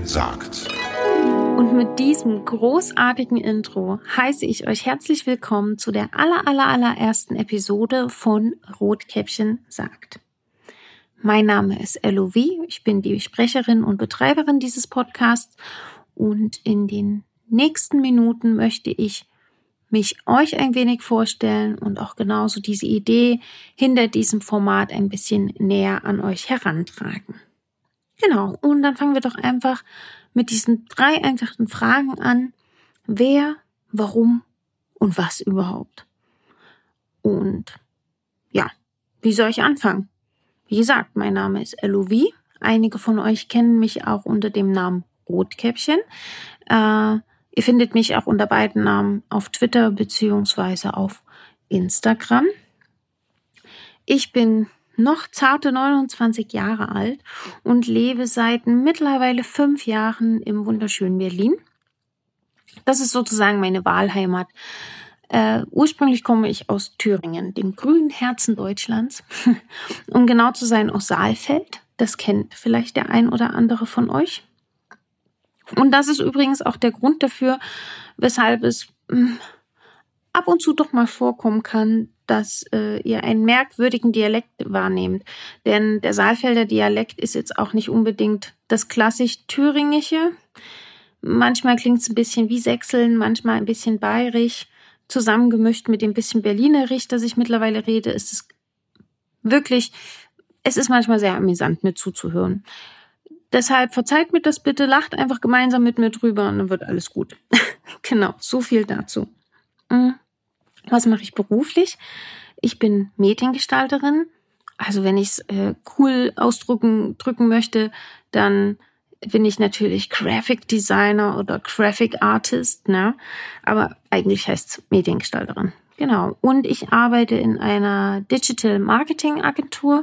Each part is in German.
sagt. Und mit diesem großartigen Intro heiße ich euch herzlich willkommen zu der allerersten Episode von Rotkäppchen sagt. Mein Name ist LOV, ich bin die Sprecherin und Betreiberin dieses Podcasts und in den nächsten Minuten möchte ich mich euch ein wenig vorstellen und auch genauso diese Idee hinter diesem Format ein bisschen näher an euch herantragen. Genau, und dann fangen wir doch einfach mit diesen 3 einfachen Fragen an. Wer, warum und was überhaupt? Und ja, wie soll ich anfangen? Wie gesagt, mein Name ist LOV. Einige von euch kennen mich auch unter dem Namen Rotkäppchen. Ihr findet mich auch unter beiden Namen auf Twitter beziehungsweise auf Instagram. Ich bin noch zarte 29 Jahre alt und lebe seit mittlerweile 5 Jahren im wunderschönen Berlin. Das ist sozusagen meine Wahlheimat. Ursprünglich komme ich aus Thüringen, dem grünen Herzen Deutschlands. Um genau zu sein, aus Saalfeld. Das kennt vielleicht der ein oder andere von euch. Und das ist übrigens auch der Grund dafür, weshalb es ab und zu doch mal vorkommen kann, dass ihr einen merkwürdigen Dialekt wahrnehmt. Denn der Saalfelder Dialekt ist jetzt auch nicht unbedingt das klassisch Thüringische. Manchmal klingt es ein bisschen wie Sächseln, manchmal ein bisschen bayerisch. Zusammengemischt mit dem bisschen Berlinerisch, das ich mittlerweile rede, ist es wirklich, es ist manchmal sehr amüsant, mir zuzuhören. Deshalb verzeiht mir das bitte, lacht einfach gemeinsam mit mir drüber und dann wird alles gut. Genau, so viel dazu. Was mache ich beruflich? Ich bin Mediengestalterin. Also wenn ich es cool drücken möchte, dann bin ich natürlich Graphic Designer oder Graphic Artist, ne? Aber eigentlich heißt es Mediengestalterin. Genau. Und ich arbeite in einer Digital Marketing Agentur.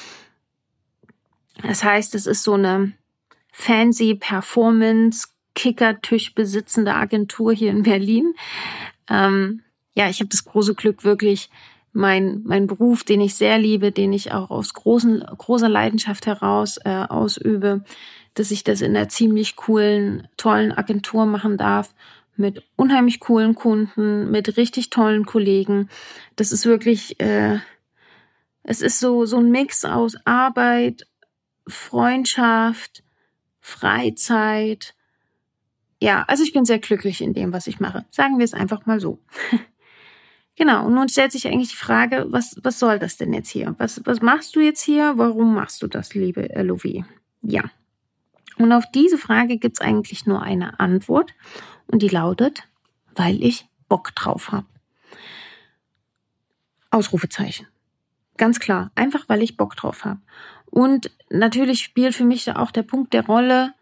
Das heißt, es ist so eine fancy Performance Kickertisch besitzende Agentur hier in Berlin. Ja, ich habe das große Glück, wirklich mein Beruf, den ich sehr liebe, den ich auch aus großer Leidenschaft heraus ausübe, dass ich das in einer ziemlich coolen, tollen Agentur machen darf, mit unheimlich coolen Kunden, mit richtig tollen Kollegen. Das ist wirklich, es ist so ein Mix aus Arbeit, Freundschaft, Freizeit. Ja, also ich bin sehr glücklich in dem, was ich mache. Sagen wir es einfach mal so. Genau, und nun stellt sich eigentlich die Frage, was soll das denn jetzt hier? Was machst du jetzt hier? Warum machst du das, liebe LOV? Ja, und auf diese Frage gibt's eigentlich nur eine Antwort und die lautet, weil ich Bock drauf habe. Ausrufezeichen. Ganz klar, einfach weil ich Bock drauf habe. Und natürlich spielt für mich da auch der Punkt der Rolle,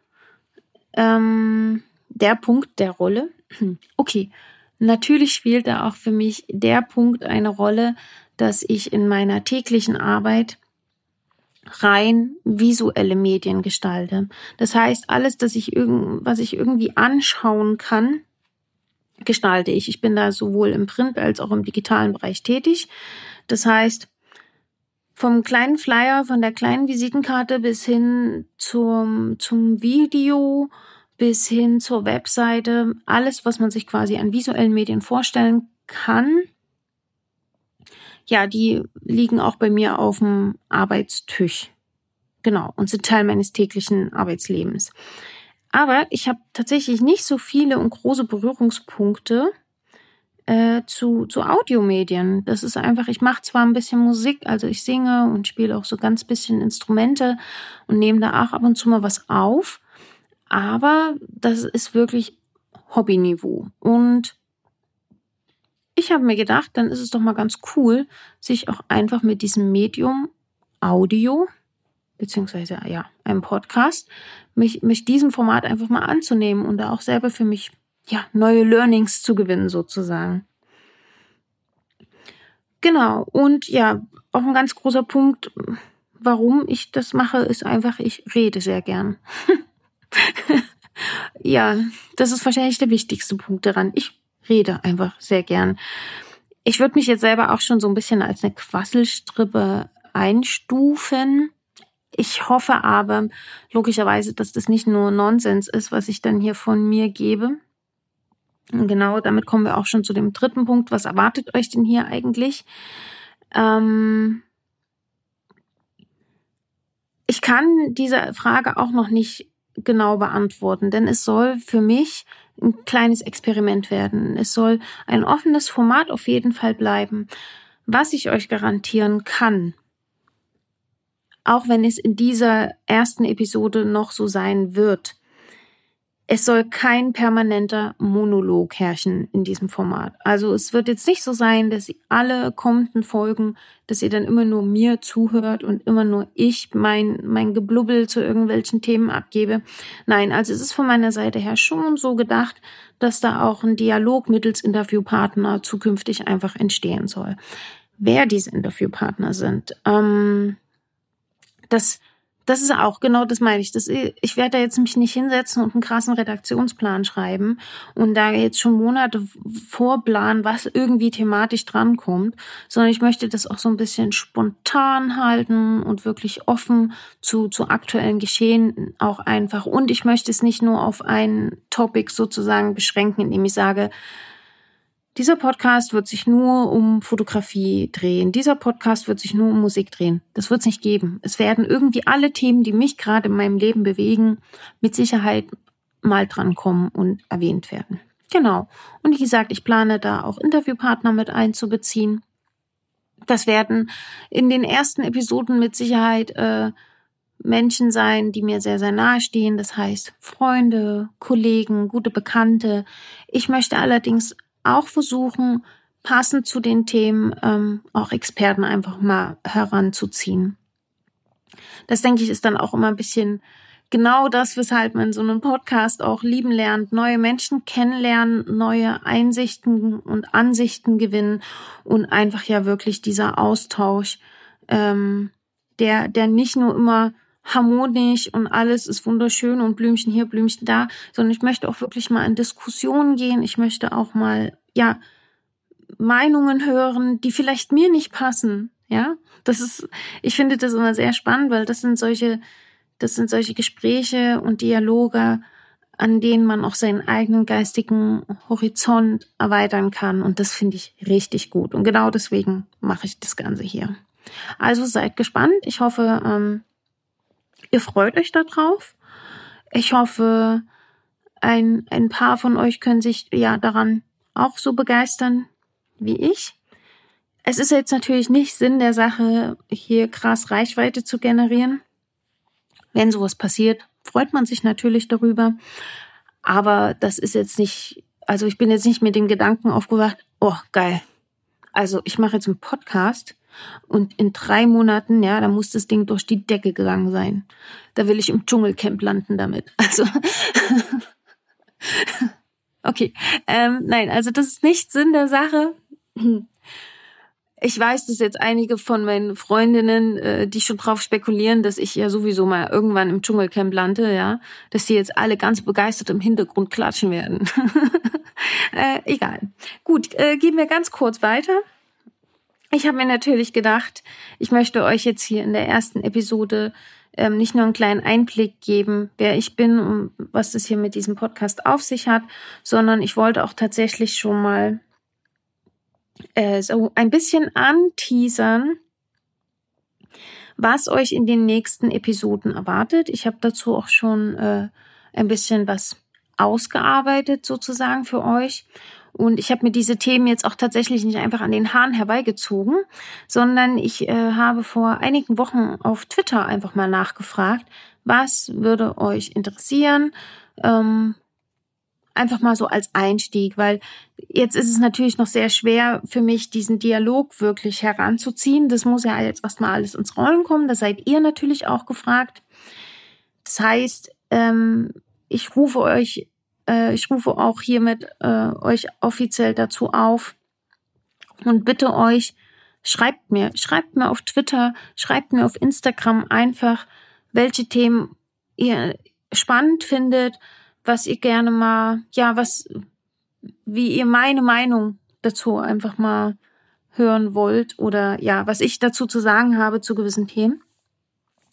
okay, natürlich spielt da auch für mich der Punkt eine Rolle, dass ich in meiner täglichen Arbeit rein visuelle Medien gestalte. Das heißt, alles, was ich irgendwie anschauen kann, gestalte ich. Ich bin da sowohl im Print als auch im digitalen Bereich tätig. Das heißt, vom kleinen Flyer, von der kleinen Visitenkarte bis hin zum Video, bis hin zur Webseite, alles, was man sich quasi an visuellen Medien vorstellen kann, ja, die liegen auch bei mir auf dem Arbeitstisch. Genau, und sind Teil meines täglichen Arbeitslebens. Aber ich habe tatsächlich nicht so viele und große Berührungspunkte zu Audiomedien. Das ist einfach, ich mache zwar ein bisschen Musik, also ich singe und spiele auch so ganz bisschen Instrumente und nehme da auch ab und zu mal was auf, aber das ist wirklich Hobbyniveau. Und ich habe mir gedacht, dann ist es doch mal ganz cool, sich auch einfach mit diesem Medium Audio, beziehungsweise ja, einem Podcast, mich diesem Format einfach mal anzunehmen und da auch selber für mich ja neue Learnings zu gewinnen sozusagen. Genau, und ja, auch ein ganz großer Punkt, warum ich das mache, ist einfach, ich rede sehr gern. Ja, das ist wahrscheinlich der wichtigste Punkt daran. Ich rede einfach sehr gern. Ich würde mich jetzt selber auch schon so ein bisschen als eine Quasselstrippe einstufen. Ich hoffe aber logischerweise, dass das nicht nur Nonsens ist, was ich dann hier von mir gebe. Und genau, damit kommen wir auch schon zu dem dritten Punkt. Was erwartet euch denn hier eigentlich? Ich kann diese Frage auch noch nicht genau beantworten, denn es soll für mich ein kleines Experiment werden. Es soll ein offenes Format auf jeden Fall bleiben. Was ich euch garantieren kann, auch wenn es in dieser ersten Episode noch so sein wird, es soll kein permanenter Monolog herrschen in diesem Format. Also es wird jetzt nicht so sein, dass ihr alle kommenden Folgen, dass ihr dann immer nur mir zuhört und immer nur ich mein Geblubbel zu irgendwelchen Themen abgebe. Nein, also es ist von meiner Seite her schon so gedacht, dass da auch ein Dialog mittels Interviewpartner zukünftig einfach entstehen soll. Wer diese Interviewpartner sind, das ist auch, genau das meine ich. Ich werde da jetzt mich nicht hinsetzen und einen krassen Redaktionsplan schreiben und da jetzt schon Monate vorplanen, was irgendwie thematisch drankommt, sondern ich möchte das auch so ein bisschen spontan halten und wirklich offen zu aktuellen Geschehen auch einfach. Und ich möchte es nicht nur auf ein Topic sozusagen beschränken, indem ich sage, dieser Podcast wird sich nur um Fotografie drehen. Dieser Podcast wird sich nur um Musik drehen. Das wird es nicht geben. Es werden irgendwie alle Themen, die mich gerade in meinem Leben bewegen, mit Sicherheit mal drankommen und erwähnt werden. Genau. Und wie gesagt, ich plane da auch Interviewpartner mit einzubeziehen. Das werden in den ersten Episoden mit Sicherheit Menschen sein, die mir sehr, sehr nahe stehen. Das heißt Freunde, Kollegen, gute Bekannte. Ich möchte allerdings auch versuchen, passend zu den Themen auch Experten einfach mal heranzuziehen. Das, denke ich, ist dann auch immer ein bisschen genau das, weshalb man so einen Podcast auch lieben lernt, neue Menschen kennenlernen, neue Einsichten und Ansichten gewinnen und einfach ja wirklich dieser Austausch, der nicht nur immer harmonisch und alles ist wunderschön und Blümchen hier, Blümchen da, sondern ich möchte auch wirklich mal in Diskussionen gehen. Ich möchte auch mal, ja, Meinungen hören, die vielleicht mir nicht passen, ja. Ich finde das immer sehr spannend, weil das sind solche Gespräche und Dialoge, an denen man auch seinen eigenen geistigen Horizont erweitern kann. Und das finde ich richtig gut. Und genau deswegen mache ich das Ganze hier. Also seid gespannt. Ich hoffe, ihr freut euch da drauf. Ich hoffe, ein paar von euch können sich ja daran auch so begeistern wie ich. Es ist jetzt natürlich nicht Sinn der Sache, hier krass Reichweite zu generieren. Wenn sowas passiert, freut man sich natürlich darüber. Aber das ist jetzt nicht, also ich bin jetzt nicht mit dem Gedanken aufgewacht, oh geil, also ich mache jetzt einen Podcast und in 3 Monaten, ja, da muss das Ding durch die Decke gegangen sein. Da will ich im Dschungelcamp landen damit. Also, okay, nein, also das ist nicht Sinn der Sache. Ich weiß, dass jetzt einige von meinen Freundinnen, die schon drauf spekulieren, dass ich ja sowieso mal irgendwann im Dschungelcamp lande, ja, dass die jetzt alle ganz begeistert im Hintergrund klatschen werden. Egal. Gut, gehen wir ganz kurz weiter. Ich habe mir natürlich gedacht, ich möchte euch jetzt hier in der ersten Episode nicht nur einen kleinen Einblick geben, wer ich bin und was das hier mit diesem Podcast auf sich hat, sondern ich wollte auch tatsächlich schon mal so ein bisschen anteasern, was euch in den nächsten Episoden erwartet. Ich habe dazu auch schon ein bisschen was ausgearbeitet sozusagen für euch. Und ich habe mir diese Themen jetzt auch tatsächlich nicht einfach an den Haaren herbeigezogen, sondern ich habe vor einigen Wochen auf Twitter einfach mal nachgefragt, was würde euch interessieren, einfach mal so als Einstieg, weil jetzt ist es natürlich noch sehr schwer für mich, diesen Dialog wirklich heranzuziehen. Das muss ja jetzt erstmal alles ins Rollen kommen, da seid ihr natürlich auch gefragt. Das heißt, ich rufe auch hiermit euch offiziell dazu auf und bitte euch, schreibt mir auf Twitter, schreibt mir auf Instagram einfach, welche Themen ihr spannend findet, was ihr gerne mal, ja, wie ihr meine Meinung dazu einfach mal hören wollt oder ja, was ich dazu zu sagen habe zu gewissen Themen.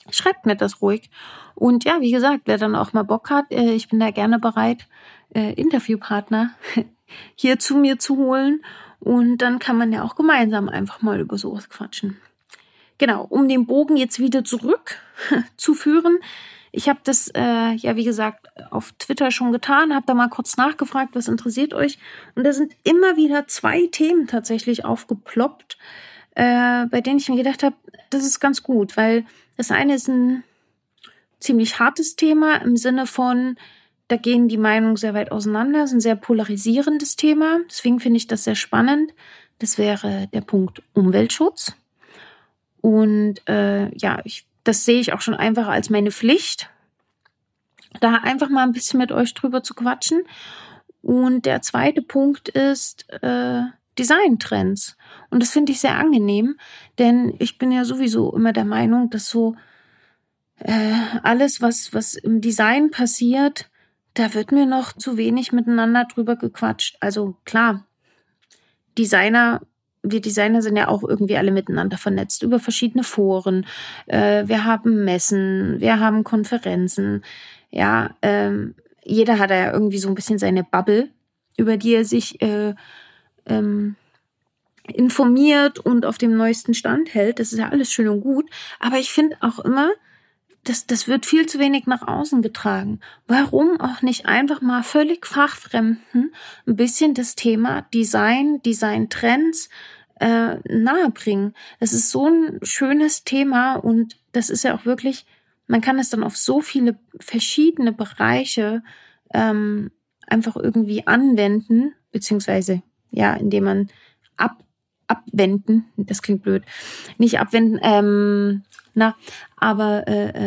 schreibt mir das ruhig. Und ja, wie gesagt, wer dann auch mal Bock hat, ich bin da gerne bereit, Interviewpartner hier zu mir zu holen. Und dann kann man ja auch gemeinsam einfach mal über sowas quatschen. Genau, um den Bogen jetzt wieder zurück zu führen. Ich habe das, wie gesagt, auf Twitter schon getan, habe da mal kurz nachgefragt, was interessiert euch. Und da sind immer wieder 2 Themen tatsächlich aufgeploppt, bei denen ich mir gedacht habe, das ist ganz gut, weil das eine ist ein ziemlich hartes Thema im Sinne von, da gehen die Meinungen sehr weit auseinander, ist ein sehr polarisierendes Thema. Deswegen finde ich das sehr spannend. Das wäre der Punkt Umweltschutz. Und das sehe ich auch schon einfach als meine Pflicht, da einfach mal ein bisschen mit euch drüber zu quatschen. Und der zweite Punkt ist Designtrends. Und das finde ich sehr angenehm, denn ich bin ja sowieso immer der Meinung, dass so alles, was im Design passiert, da wird mir noch zu wenig miteinander drüber gequatscht. Also klar, wir Designer sind ja auch irgendwie alle miteinander vernetzt über verschiedene Foren. Wir haben Messen, wir haben Konferenzen. Ja, jeder hat ja irgendwie so ein bisschen seine Bubble, über die er sich informiert und auf dem neuesten Stand hält. Das ist ja alles schön und gut. Aber ich finde auch immer, das wird viel zu wenig nach außen getragen. Warum auch nicht einfach mal völlig Fachfremden ein bisschen das Thema Design-Trends nahebringen? Das ist so ein schönes Thema und das ist ja auch wirklich, man kann es dann auf so viele verschiedene Bereiche einfach irgendwie anwenden, beziehungsweise ja, indem man abwenden, das klingt blöd, nicht abwenden, aber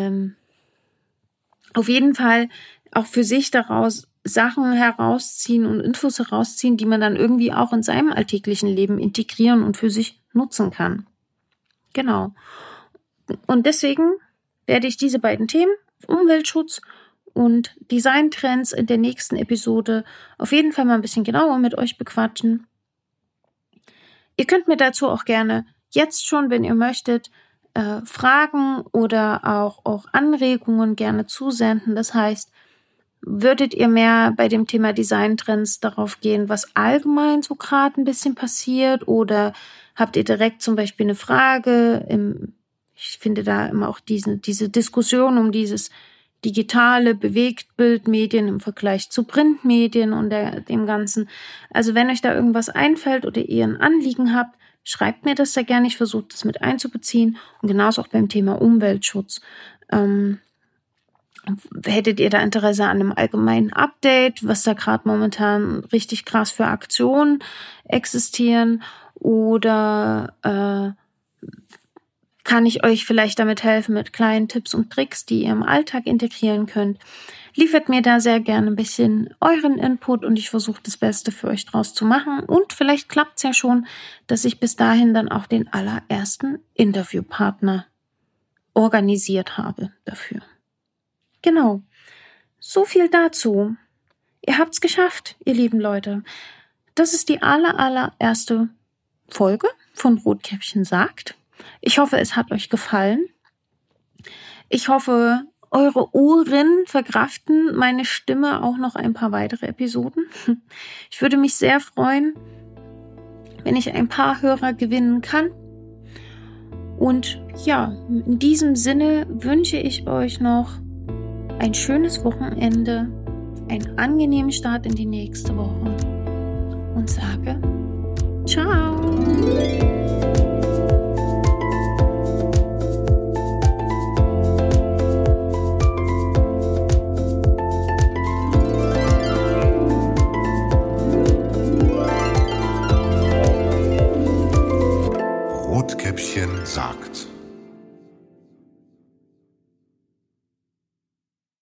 auf jeden Fall auch für sich daraus Sachen herausziehen und Infos herausziehen, die man dann irgendwie auch in seinem alltäglichen Leben integrieren und für sich nutzen kann. Genau. Und deswegen werde ich diese beiden Themen, Umweltschutz und Designtrends, in der nächsten Episode auf jeden Fall mal ein bisschen genauer mit euch bequatschen. Ihr könnt mir dazu auch gerne jetzt schon, wenn ihr möchtet, Fragen oder auch Anregungen gerne zusenden. Das heißt, würdet ihr mehr bei dem Thema Designtrends darauf gehen, was allgemein so gerade ein bisschen passiert, oder habt ihr direkt zum Beispiel eine Frage? Ich finde da immer auch diese Diskussion um dieses digitale Bewegtbildmedien im Vergleich zu Printmedien und dem Ganzen. Also wenn euch da irgendwas einfällt oder ihr ein Anliegen habt, schreibt mir das sehr gerne. Ich versuche das mit einzubeziehen. Und genauso auch beim Thema Umweltschutz. Hättet ihr da Interesse an einem allgemeinen Update, was da gerade momentan richtig krass für Aktionen existieren? Oder kann ich euch vielleicht damit helfen mit kleinen Tipps und Tricks, die ihr im Alltag integrieren könnt? Liefert mir da sehr gerne ein bisschen euren Input und ich versuche das Beste für euch draus zu machen. Und vielleicht klappt es ja schon, dass ich bis dahin dann auch den allerersten Interviewpartner organisiert habe dafür. Genau, so viel dazu. Ihr habt's geschafft, ihr lieben Leute. Das ist die allererste Folge von Rotkäppchen sagt. Ich hoffe, es hat euch gefallen. Ich hoffe, eure Ohren verkraften meine Stimme auch noch ein paar weitere Episoden. Ich würde mich sehr freuen, wenn ich ein paar Hörer gewinnen kann. Und ja, in diesem Sinne wünsche ich euch noch ein schönes Wochenende, einen angenehmen Start in die nächste Woche und sage ciao.